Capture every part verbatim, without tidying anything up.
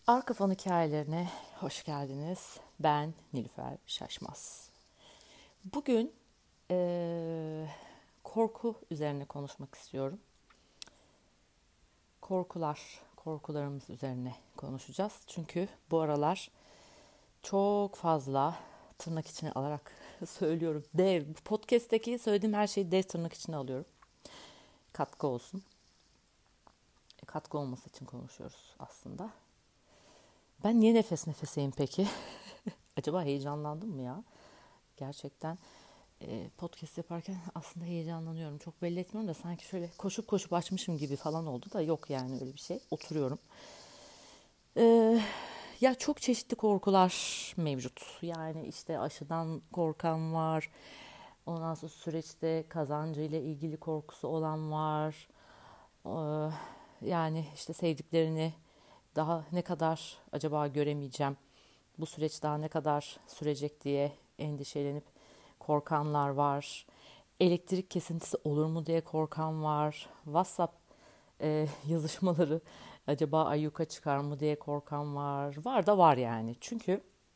Arka Fon Hikayelerine hoş geldiniz. Ben Nilüfer Şaşmaz. Bugün eee, korku üzerine konuşmak istiyorum. Korkular, korkularımız üzerine konuşacağız. Çünkü bu aralar çok fazla tırnak içine alarak söylüyorum. Dev, bu podcast'teki söylediğim her şeyi dev tırnak içine alıyorum. Katkı olsun. E, katkı olması için konuşuyoruz aslında. Ben niye nefes nefeseyim peki? Acaba heyecanlandım mı ya? Gerçekten e, podcast yaparken aslında heyecanlanıyorum. Çok belli etmiyorum da sanki şöyle koşup koşup açmışım gibi falan oldu da yok yani öyle bir şey. Oturuyorum. E, Ya çok çeşitli korkular mevcut. Yani işte aşıdan korkan var. Ondan sonra süreçte kazancıyla ilgili korkusu olan var. E, Yani işte sevdiklerini daha ne kadar acaba göremeyeceğim, bu süreç daha ne kadar sürecek diye endişelenip korkanlar var. Elektrik kesintisi olur mu diye korkan var. WhatsApp e, yazışmaları acaba ayyuka çıkar mı diye korkan var. Var da var yani. Çünkü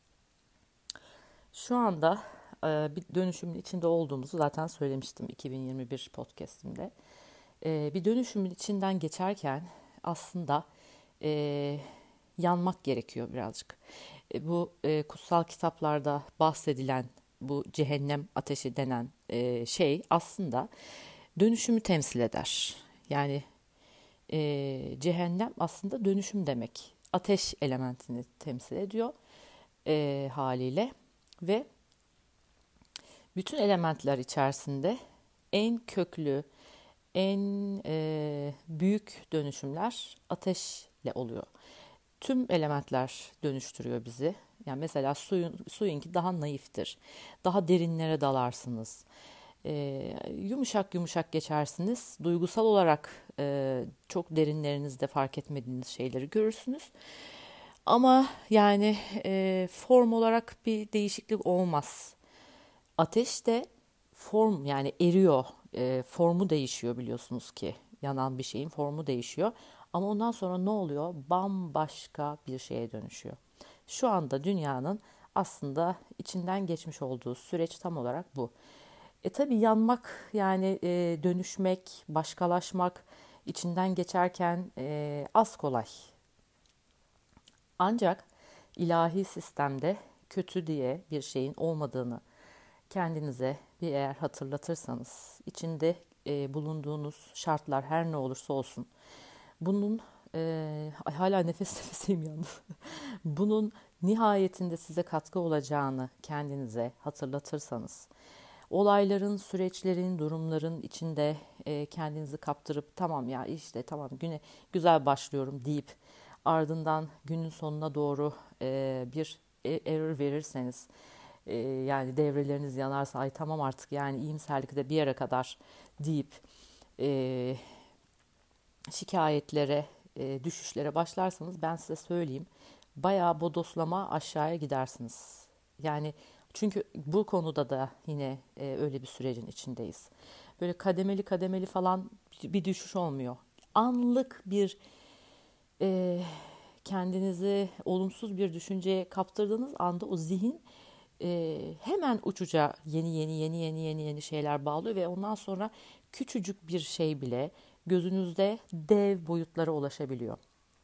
şu anda e, bir dönüşümün içinde olduğumuzu zaten söylemiştim iki bin yirmi bir podcastimde. E, bir dönüşümün içinden geçerken aslında e, yanmak gerekiyor birazcık. E, bu e, kutsal kitaplarda bahsedilen bu cehennem ateşi denen e, şey aslında dönüşümü temsil eder. Yani e, cehennem aslında dönüşüm demek. Ateş elementini temsil ediyor e, haliyle ve bütün elementler içerisinde en köklü, en e, büyük dönüşümler ateşle oluyor. Tüm elementler dönüştürüyor bizi. Yani mesela suyun suyunki daha naiftir. Daha derinlere dalarsınız. Ee, yumuşak yumuşak geçersiniz. Duygusal olarak e, çok derinlerinizde fark etmediğiniz şeyleri görürsünüz. Ama yani e, form olarak bir değişiklik olmaz. Ateş de form yani eriyor. E, formu değişiyor biliyorsunuz ki. Yanan bir şeyin formu değişiyor. Ama ondan sonra ne oluyor? Bambaşka bir şeye dönüşüyor. Şu anda dünyanın aslında içinden geçmiş olduğu süreç tam olarak bu. E tabii yanmak yani e, dönüşmek, başkalaşmak içinden geçerken e, az kolay. Ancak ilahi sistemde kötü diye bir şeyin olmadığını kendinize bir eğer hatırlatırsanız, içinde e, bulunduğunuz şartlar her ne olursa olsun, bunun e, ay hala nefes nefeseyim yalnız. Bunun nihayetinde size katkı olacağını kendinize hatırlatırsanız, olayların, süreçlerin, durumların içinde e, kendinizi kaptırıp tamam ya işte tamam güne güzel başlıyorum deyip ardından günün sonuna doğru e, bir e- error verirseniz, e, yani devreleriniz yanarsa ay tamam artık yani iyimserlik de bir yere kadar deyip e, şikayetlere, e, düşüşlere başlarsanız ben size söyleyeyim bayağı bodoslama aşağıya gidersiniz. Yani çünkü bu konuda da yine e, öyle bir sürecin içindeyiz. Böyle kademeli kademeli falan bir düşüş olmuyor. Anlık bir e, kendinizi olumsuz bir düşünceye kaptırdığınız anda o zihin e, hemen uçuca yeni yeni yeni yeni yeni yeni şeyler bağlıyor ve ondan sonra küçücük bir şey bile gözünüzde dev boyutlara ulaşabiliyor.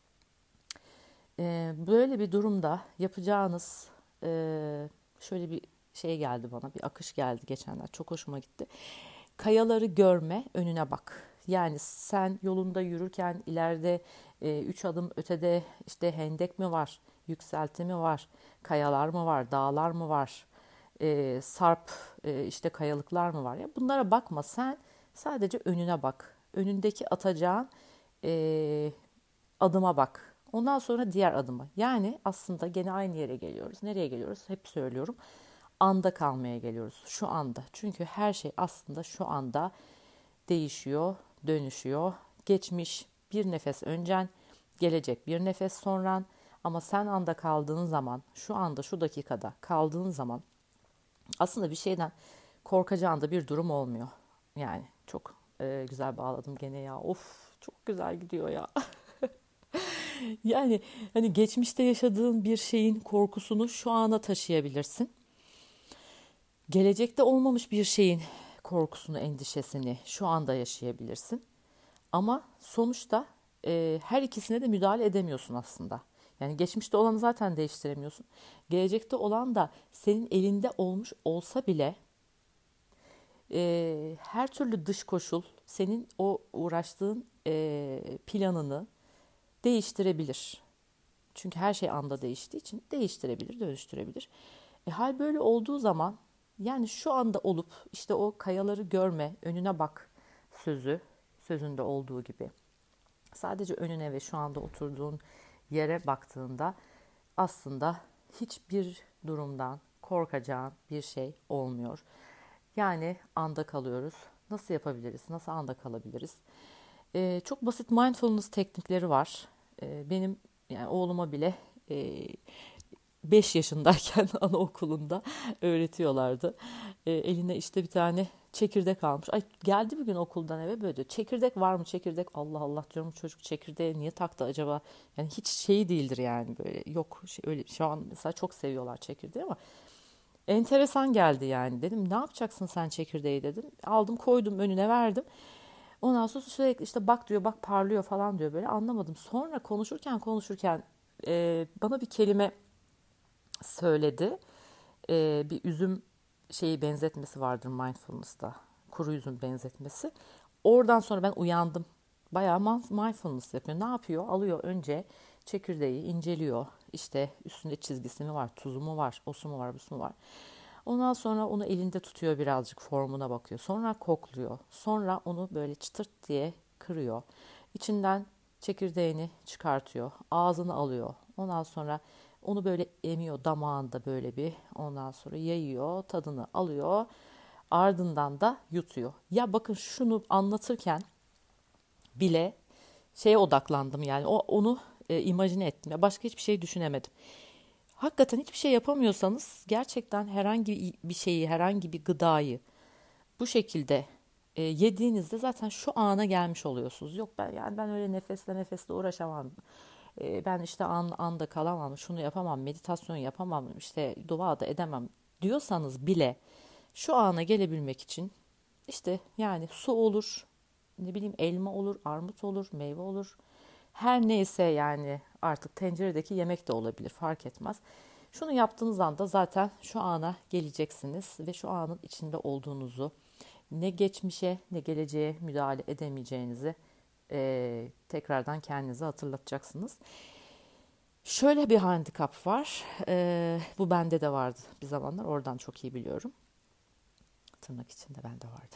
E, böyle bir durumda yapacağınız e, şöyle bir şey geldi bana, bir akış geldi geçenler, çok hoşuma gitti. Kayaları görme, önüne bak. Yani sen yolunda yürürken ileride e, üç adım ötede işte hendek mi var, yükselti mi var, kayalar mı var, dağlar mı var, e, sarp e, işte kayalıklar mı var? Ya bunlara bakma, sen sadece önüne bak. Önündeki atacağın e, adıma bak. Ondan sonra diğer adıma. Yani aslında gene aynı yere geliyoruz. Nereye geliyoruz? Hep söylüyorum. Anda kalmaya geliyoruz. Şu anda. Çünkü her şey aslında şu anda değişiyor, dönüşüyor. Geçmiş bir nefes öncen, gelecek bir nefes sonran. Ama sen anda kaldığın zaman, şu anda, şu dakikada kaldığın zaman aslında bir şeyden korkacağın da bir durum olmuyor. Yani çok e, güzel bağladım gene ya. Of çok güzel gidiyor ya. Yani hani geçmişte yaşadığın bir şeyin korkusunu şu ana taşıyabilirsin. Gelecekte olmamış bir şeyin korkusunu, endişesini şu anda yaşayabilirsin. Ama sonuçta e, her ikisine de müdahale edemiyorsun aslında. Yani geçmişte olanı zaten değiştiremiyorsun. Gelecekte olan da senin elinde olmuş olsa bile e, her türlü dış koşul senin o uğraştığın e, planını değiştirebilir. Çünkü her şey anda değiştiği için değiştirebilir, dönüştürebilir. E, hal böyle olduğu zaman yani şu anda olup işte o kayaları görme, önüne bak sözü, sözünde olduğu gibi. Sadece önüne ve şu anda oturduğun yere baktığında aslında hiçbir durumdan korkacağın bir şey olmuyor. Yani anda kalıyoruz. Nasıl yapabiliriz? Nasıl anda kalabiliriz? Ee, çok basit mindfulness teknikleri var. Ee, benim yani oğluma bile e, beş yaşındayken anaokulunda öğretiyorlardı. E, eline işte bir tane çekirdek almış. Ay geldi bir gün okuldan eve böyle diyor. Çekirdek var mı çekirdek? Allah Allah diyorum, çocuk çekirdeğe niye taktı acaba? Yani hiç şey değildir yani böyle. Yok şey, öyle şu an mesela çok seviyorlar çekirdeği ama enteresan geldi yani. Dedim ne yapacaksın sen çekirdeği dedim. Aldım koydum önüne verdim. Ondan sonra sürekli işte bak diyor, bak parlıyor falan diyor, böyle anlamadım. Sonra konuşurken konuşurken e, bana bir kelime söyledi. Ee, bir üzüm şeyi benzetmesi vardır mindfulness'ta. Kuru üzüm benzetmesi. Oradan sonra ben uyandım. Bayağı mindfulness yapıyor. Ne yapıyor? Alıyor önce çekirdeği inceliyor. İşte üstünde çizgisi mi var, tuzu mu var, o su mu var, bu su mu var. Ondan sonra onu elinde tutuyor, birazcık formuna bakıyor. Sonra kokluyor. Sonra onu böyle çıtırt diye kırıyor. İçinden çekirdeğini çıkartıyor. Ağzını alıyor. Ondan sonra onu böyle emiyor damağında böyle bir. Ondan sonra yayıyor, tadını alıyor. Ardından da yutuyor. Ya bakın şunu anlatırken bile şeye odaklandım yani. O onu e, imajine ettim. Ya başka hiçbir şey düşünemedim. Hakikaten hiçbir şey yapamıyorsanız gerçekten herhangi bir şeyi, herhangi bir gıdayı bu şekilde e, yediğinizde zaten şu ana gelmiş oluyorsunuz. Yok ben yani ben öyle nefesle nefesle uğraşamam. E, ben işte an, anda kalamam, şunu yapamam, meditasyon yapamam, işte dua da edemem diyorsanız bile şu ana gelebilmek için işte yani su olur, ne bileyim elma olur, armut olur, meyve olur. Her neyse yani artık tenceredeki yemek de olabilir, fark etmez. Şunu yaptığınız anda zaten şu ana geleceksiniz ve şu anın içinde olduğunuzu, ne geçmişe ne geleceğe müdahale edemeyeceğinizi e, tekrardan kendinize hatırlatacaksınız. Şöyle bir handikap var. E, bu bende de vardı bir zamanlar. Oradan çok iyi biliyorum. Tırnak içinde bende vardı.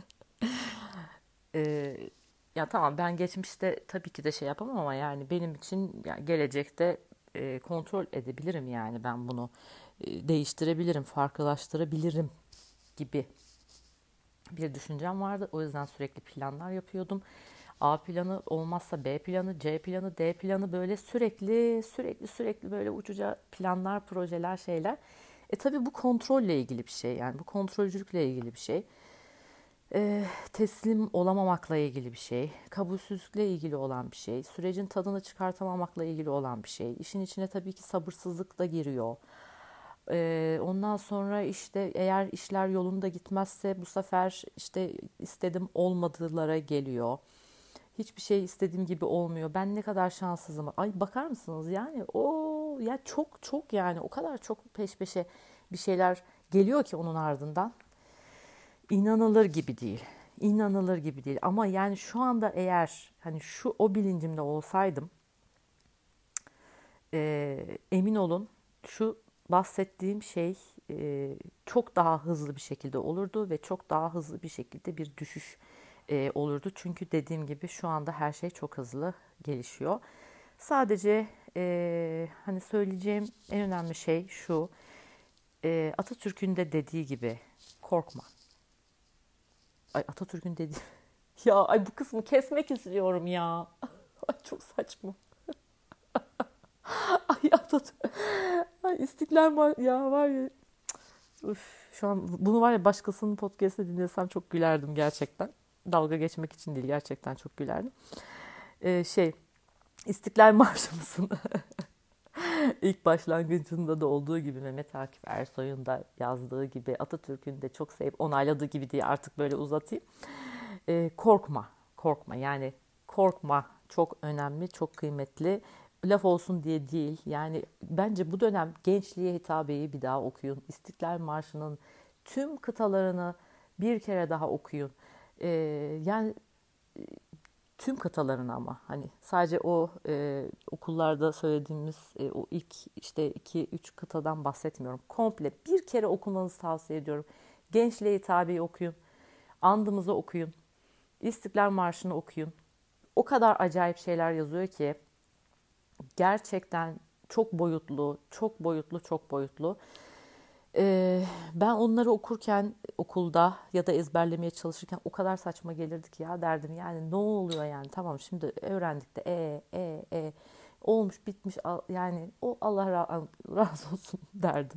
E, ya tamam ben geçmişte tabii ki de şey yapamam ama yani benim için yani gelecekte e, kontrol edebilirim yani ben bunu e, değiştirebilirim, farklılaştırabilirim gibi bir düşüncem vardı. O yüzden sürekli planlar yapıyordum. A planı olmazsa B planı, C planı, D planı, böyle sürekli sürekli sürekli böyle uçuca planlar, projeler, şeyler. E tabii bu kontrolle ilgili bir şey. Yani bu kontrolcülükle ilgili bir şey. E, teslim olamamakla ilgili bir şey. Kabulsüzlükle ilgili olan bir şey. Sürecin tadını çıkartamamakla ilgili olan bir şey. İşin içine tabii ki sabırsızlık da giriyor. Ee, ondan sonra işte eğer işler yolunda gitmezse bu sefer işte istedim olmadılara geliyor. Hiçbir şey istediğim gibi olmuyor. Ben ne kadar şanssızım. Ay bakar mısınız yani o ya çok çok yani o kadar çok peş peşe bir şeyler geliyor ki onun ardından. İnanılır gibi değil. İnanılır gibi değil. Ama yani şu anda eğer hani şu o bilincimde olsaydım e, emin olun şu bahsettiğim şey e, çok daha hızlı bir şekilde olurdu ve çok daha hızlı bir şekilde bir düşüş e, olurdu. Çünkü dediğim gibi şu anda her şey çok hızlı gelişiyor. Sadece e, hani söyleyeceğim en önemli şey şu. E, Atatürk'ün de dediği gibi korkma. Ay Atatürk'ün dediği ya ay bu kısmı kesmek istiyorum ya. Ay çok saçma. Ay Atatürk. Ay İstiklal var ya var ya. Üf, şu an bunu var ya başkasının podcast'ını dinlesem çok gülerdim gerçekten. Dalga geçmek için değil, gerçekten çok gülerdim. Ee, şey İstiklal Marşımızın ilk başlangıcında da olduğu gibi, Mehmet Akif Ersoy'un da yazdığı gibi, Atatürk'ün de çok sevip onayladığı gibi diye artık böyle uzatayım. Ee, korkma, korkma yani korkma çok önemli, çok kıymetli. Laf olsun diye değil. Yani bence bu dönem Gençliğe Hitabe'yi bir daha okuyun. İstiklal Marşı'nın tüm kıtalarını bir kere daha okuyun. Ee, yani tüm kıtalarını, ama hani sadece o e, okullarda söylediğimiz e, o ilk işte iki üç kıtadan bahsetmiyorum. Komple bir kere okumanızı tavsiye ediyorum. Gençliğe Hitabe'yi okuyun. Andımızı okuyun. İstiklal Marşı'nı okuyun. O kadar acayip şeyler yazıyor ki gerçekten çok boyutlu, çok boyutlu, çok boyutlu. Ee, ben onları okurken okulda ya da ezberlemeye çalışırken o kadar saçma gelirdi ki, ya derdim yani ne oluyor yani, tamam şimdi öğrendik de e e e olmuş bitmiş, yani o Allah razı olsun derdim.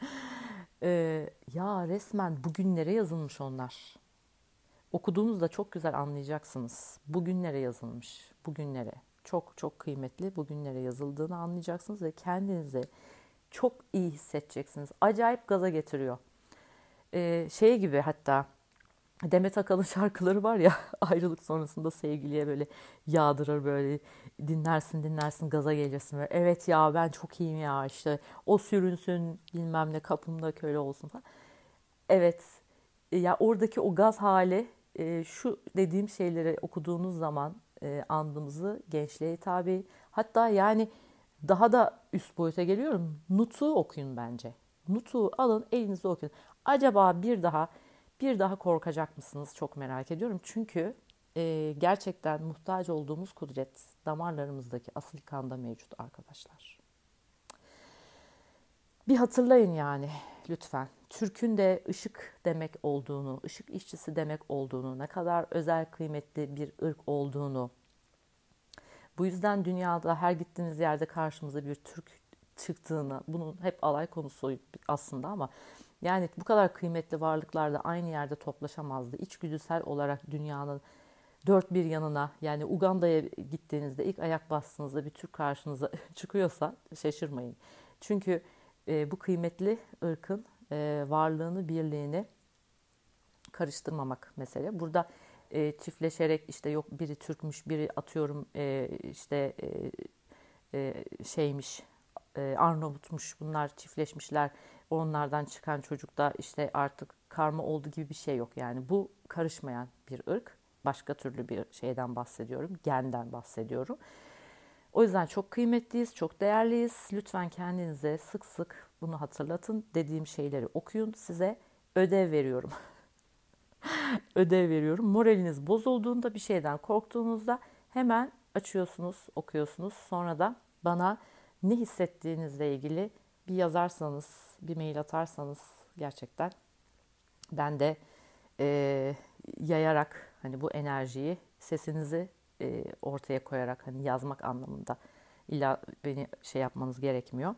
Ee, ya resmen bugünlere yazılmış onlar. Okuduğunuzda çok güzel anlayacaksınız. Bugünlere yazılmış, bugünlere. Çok çok kıymetli bugünlere yazıldığını anlayacaksınız ve kendinizi çok iyi hissedeceksiniz. Acayip gaza getiriyor. Ee, şey gibi, hatta Demet Akalın şarkıları var ya, ayrılık sonrasında sevgiliye böyle yağdırır, böyle dinlersin dinlersin gaza gelirsin. Böyle, evet ya ben çok iyiyim ya, işte o sürünsün bilmem ne, kapımda köle olsun falan. Evet ya, oradaki o gaz hali, e, şu dediğim şeyleri okuduğunuz zaman e, andımızı, gençliğe tabi, hatta yani daha da üst boyuta geliyorum. Nutuk'u okuyun bence. Nutuk'u alın elinize okuyun. Acaba bir daha bir daha korkacak mısınız? Çok merak ediyorum. Çünkü e, gerçekten muhtaç olduğumuz kudret damarlarımızdaki asil kanda mevcut arkadaşlar. Bir hatırlayın yani lütfen. Türk'ün de ışık demek olduğunu, ışık işçisi demek olduğunu, ne kadar özel kıymetli bir ırk olduğunu. Bu yüzden dünyada her gittiğiniz yerde karşımıza bir Türk çıktığını, bunun hep alay konusu aslında, ama yani bu kadar kıymetli varlıklar da aynı yerde toplaşamazdı. İçgüdüsel olarak dünyanın dört bir yanına, yani Uganda'ya gittiğinizde ilk ayak bastığınızda bir Türk karşınıza çıkıyorsa şaşırmayın. Çünkü e, bu kıymetli ırkın e, varlığını, birliğini karıştırmamak mesele. Burada e, çiftleşerek işte yok biri Türkmüş, biri atıyorum e, işte e, e, şeymiş, e, Arnavutmuş, bunlar çiftleşmişler, onlardan çıkan çocuk da işte artık karma oldu gibi bir şey yok. Yani bu karışmayan bir ırk, başka türlü bir şeyden bahsediyorum, genden bahsediyorum. O yüzden çok kıymetliyiz, çok değerliyiz. Lütfen kendinize sık sık bunu hatırlatın. Dediğim şeyleri okuyun, size ödev veriyorum. ödev veriyorum. Moraliniz bozulduğunda, bir şeyden korktuğunuzda hemen açıyorsunuz, okuyorsunuz. Sonra da bana ne hissettiğinizle ilgili bir yazarsanız, bir mail atarsanız, gerçekten ben de e, yayarak hani bu enerjiyi, sesinizi e, ortaya koyarak, hani yazmak anlamında illa beni şey yapmanız gerekmiyor.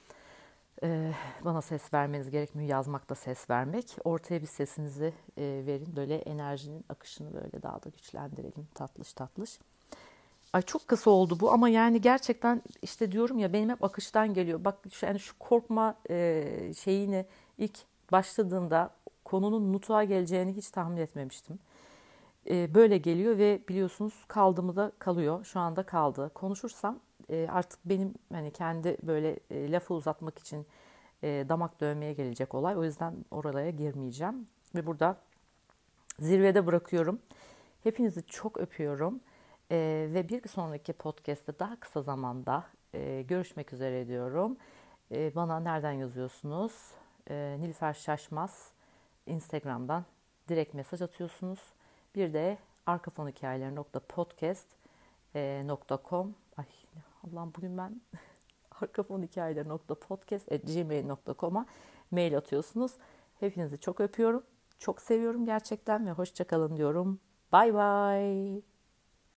Ee, bana ses vermeniz gerekmiyor. Yazmakta ses vermek. Ortaya bir sesinizi e, verin. Böyle enerjinin akışını böyle daha da güçlendirelim. Tatlış tatlış. Ay çok kısa oldu bu, ama yani gerçekten işte diyorum ya, benim hep akıştan geliyor. Bak şu, yani şu korkma e, şeyini ilk başladığımda konunun nutuğa geleceğini hiç tahmin etmemiştim. E, böyle geliyor ve biliyorsunuz kaldığımı da kalıyor. Şu anda kaldı. Konuşursam e, artık benim hani kendi böyle e, lafı uzatmak için e, damak dövmeye gelecek olay. O yüzden oralara girmeyeceğim. Ve burada zirvede bırakıyorum. Hepinizi çok öpüyorum. E, ve bir sonraki podcast'te daha kısa zamanda e, görüşmek üzere diyorum. E, bana nereden yazıyorsunuz? E, Nilüfer Şaşmaz Instagram'dan direkt mesaj atıyorsunuz. Bir de arkafonhikayeleri nokta podcast nokta com, ay Allah'ım bugün ben arkafonhikayeleri nokta podcast at gmail nokta com'a mail atıyorsunuz. Hepinizi çok öpüyorum. Çok seviyorum gerçekten ve hoşça kalın diyorum. Bye bye.